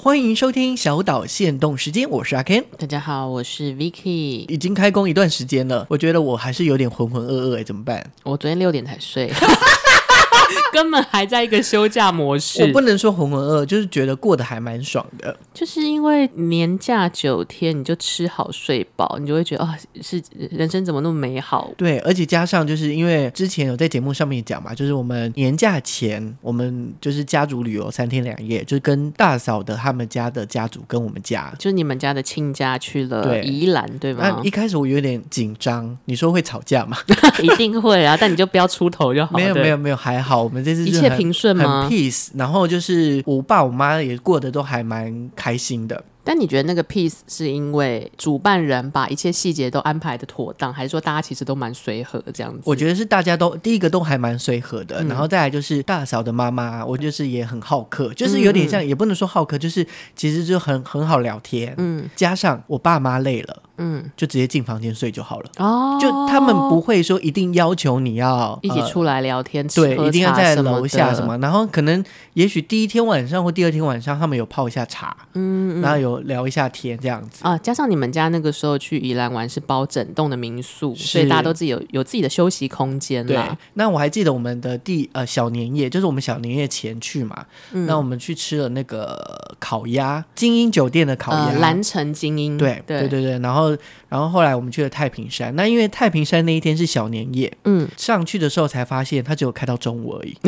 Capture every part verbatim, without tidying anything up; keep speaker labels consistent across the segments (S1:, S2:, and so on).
S1: 欢迎收听小岛限动时间，我是阿 Ken。
S2: 大家好，我是 Vicky。
S1: 已经开工一段时间了，我觉得我还是有点浑浑噩噩，怎么办？
S2: 我昨天六点才睡根本还在一个休假模式。
S1: 我不能说浑浑噩噩，就是觉得过得还蛮爽的。
S2: 就是因为年假九天，你就吃好睡饱，你就会觉得啊、哦，是人生怎么那么美好。
S1: 对，而且加上就是因为之前有在节目上面讲嘛，就是我们年假前我们就是家族旅游三天两夜，就是跟大嫂的他们家的家族跟我们家，
S2: 就是你们家的亲家去了宜兰， 对, 对吗？
S1: 那一开始我有点紧张，你说会吵架吗？
S2: 一定会啊，但你就不要出头就好。
S1: 没有没有没有，还好我们这次
S2: 一切平顺吗？
S1: 很 peace， 然后就是我爸我妈也过得都还蛮开心的。
S2: 但你觉得那个 peace 是因为主办人把一切细节都安排的妥当，还是说大家其实都蛮随和这样子？
S1: 我觉得是大家都第一个都还蛮随和的、嗯、然后再来就是大嫂的妈妈，我就是也很好客，就是有点像、嗯、也不能说好客，就是其实就很很好聊天。嗯，加上我爸妈累了，嗯，就直接进房间睡就好了。哦，就他们不会说一定要求你要
S2: 一起出来聊天、呃、
S1: 对，一定要在楼下什么，然后可能也许第一天晚上或第二天晚上他们有泡一下茶，嗯，然后有聊一下天这样子
S2: 啊。加上你们家那个时候去宜兰玩是包整栋的民宿，所以大家都自己有有自己的休息空间啦。
S1: 对，那我还记得我们的第呃小年夜，就是我们小年夜前去嘛，嗯、那我们去吃了那个烤鸭，精英酒店的烤鸭，
S2: 呃、蓝城精英。
S1: 对对对对，然后然后后来我们去了太平山，那因为太平山那一天是小年夜，嗯，上去的时候才发现它只有开到中午而已。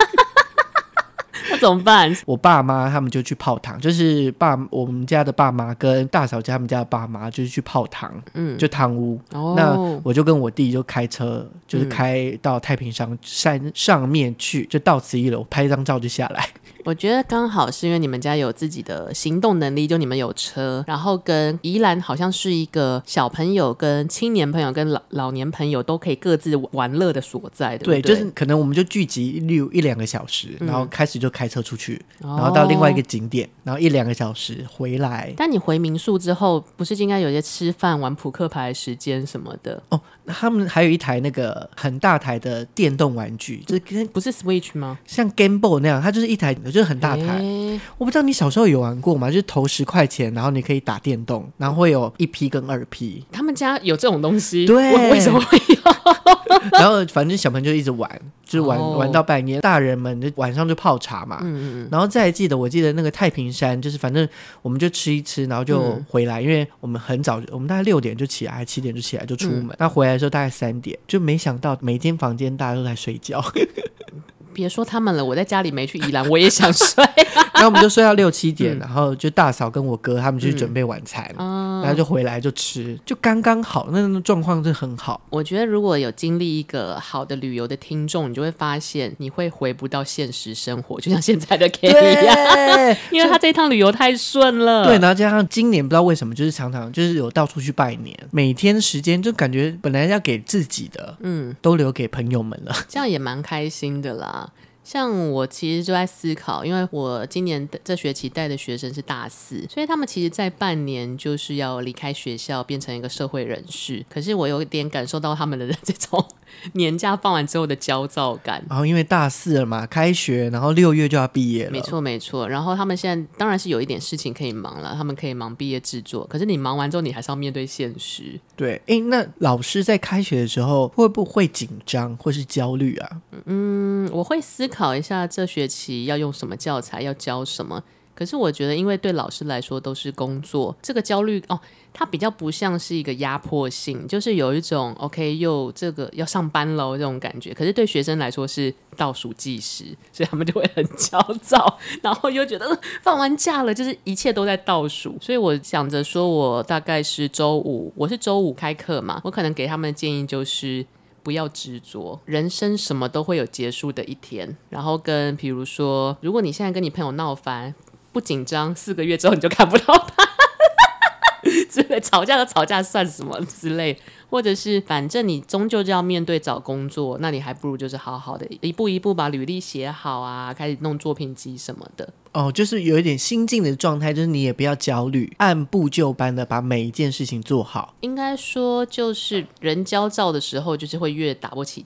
S2: 那怎么办？
S1: 我爸妈他们就去泡汤，就是爸我们家的爸妈跟大嫂家他们家的爸妈就是去泡汤，嗯，就汤屋、哦、那我就跟我弟就开车就是开到太平山山上面去，就到此一楼拍一张照就下来。
S2: 我觉得刚好是因为你们家有自己的行动能力，就你们有车，然后跟宜兰好像是一个小朋友跟青年朋友跟 老, 老年朋友都可以各自玩乐的所在，对不对？
S1: 对，就是可能我们就聚集例如一两个小时、嗯、然后开始就开车出去、哦、然后到另外一个景点，然后一两个小时回来。
S2: 但你回民宿之后不是应该有些吃饭玩扑克牌的时间什么的？
S1: 哦，他们还有一台那个很大台的电动玩具，就是跟
S2: 不是 Switch 吗？
S1: 像 Game Boy 那样，它就是一台就是很大台、欸、我不知道你小时候有玩过吗？就是投十块钱然后你可以打电动，然后会有一批跟二批。
S2: 他们家有这种东西？
S1: 对，
S2: 为什么会有？
S1: 然后反正小朋友就一直玩，就是玩、oh. 玩到半夜，大人们就晚上就泡茶嘛。嗯嗯。然后再记得我记得那个太平山，就是反正我们就吃一吃，然后就回来、嗯、因为我们很早，我们大概六点就起来，还七点就起来就出门、嗯、那回来的时候大概三点，就没想到每间房间大家都在睡觉。
S2: 别说他们了，我在家里没去宜兰我也想睡、啊、
S1: 然后我们就睡到六七点、嗯、然后就大嫂跟我哥他们就去准备晚餐、嗯、然后就回来就吃，就刚刚好，那种状况是很好。
S2: 我觉得如果有经历一个好的旅游的听众，你就会发现你会回不到现实生活，就像现在的 K 一样，因为他这一趟旅游太顺了。
S1: 对，然后加上今年不知道为什么就是常常就是有到处去拜年，每天时间就感觉本来要给自己的嗯，都留给朋友们了，
S2: 这样也蛮开心的啦。像我其实就在思考，因为我今年这学期带的学生是大四，所以他们其实在半年就是要离开学校变成一个社会人士，可是我有点感受到他们的这种年假放完之后的焦躁感。
S1: 然后因为大四了嘛，开学，然后六月就要毕业了。
S2: 没错没错，然后他们现在当然是有一点事情可以忙了，他们可以忙毕业制作，可是你忙完之后你还是要面对现实。
S1: 对，诶，那老师在开学的时候会不会紧张或是焦虑啊？
S2: 嗯，我会思考一下这学期要用什么教材，要教什么。可是我觉得因为对老师来说都是工作，这个焦虑哦，它比较不像是一个压迫性，就是有一种 OK 又这个要上班咯这种感觉。可是对学生来说是倒数计时，所以他们就会很焦躁，然后又觉得、呃、放完假了，就是一切都在倒数。所以我想着说我大概是周五，我是周五开课嘛，我可能给他们的建议就是不要执着，人生什么都会有结束的一天。然后跟比如说，如果你现在跟你朋友闹翻，不紧张，四个月之后你就看不到他之类，吵架就吵架算什么之类，或者是反正你终究就要面对找工作，那你还不如就是好好的一步一步把履历写好啊，开始弄作品集什么的。
S1: 哦，就是有一点心境的状态，就是你也不要焦虑，按部就班的把每一件事情做好。
S2: 应该说就是人焦躁的时候就是会越打不起劲，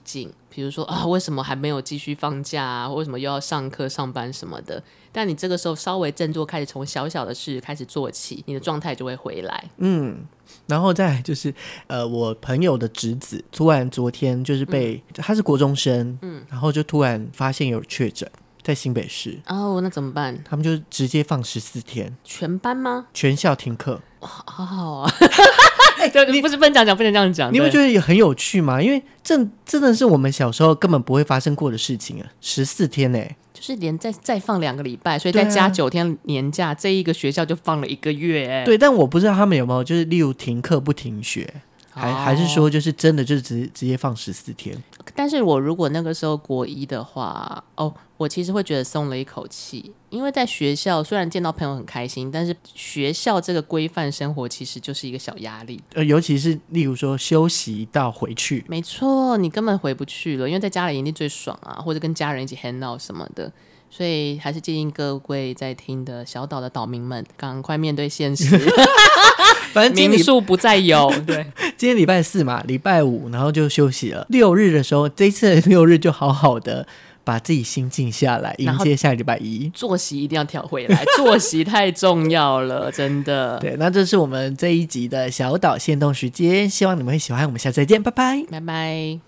S2: 比如说啊，为什么还没有继续放假啊？为什么又要上课上班什么的？但你这个时候稍微振作，开始从小小的事开始做起，你的状态就会回来。
S1: 嗯，然后再来就是呃，我朋友的侄子突然昨天就是被、嗯、他是国中生，嗯，然后就突然发现有确诊。在新北市
S2: 哦，那怎么办？
S1: 他们就直接放十四天，
S2: 全班吗？
S1: 全校停课，
S2: 好好啊！对，不是不能这样讲，不能这样讲。
S1: 你会觉得也很有趣吗？因为这真的是我们小时候根本不会发生过的事情啊！十四天呢、欸，
S2: 就是连再再放两个礼拜，所以再加九天年假，啊、这一个学校就放了一个月、欸。
S1: 对，但我不知道他们有没有就是例如停课不停学。还, 还是说就是真的就是直直接放十四天？
S2: 但是我如果那个时候国一的话，哦，我其实会觉得松了一口气，因为在学校虽然见到朋友很开心，但是学校这个规范生活其实就是一个小压力。
S1: 呃，尤其是例如说休息到回去，
S2: 没错，你根本回不去了，因为在家里一定最爽啊，或者跟家人一起 hang out 什么的。所以还是建议各位在听的小岛的岛民们，赶快面对现实。
S1: 反正
S2: 民宿不再有。对，
S1: 今天礼拜四嘛，礼拜五然后就休息了。六日的时候，这一次的六日就好好的把自己心静下来，迎接下礼拜一。
S2: 作息一定要调回来，作息太重要了，真的。
S1: 对，那这是我们这一集的小岛限动时间，希望你们会喜欢。我们下次再见，拜拜，
S2: 拜拜。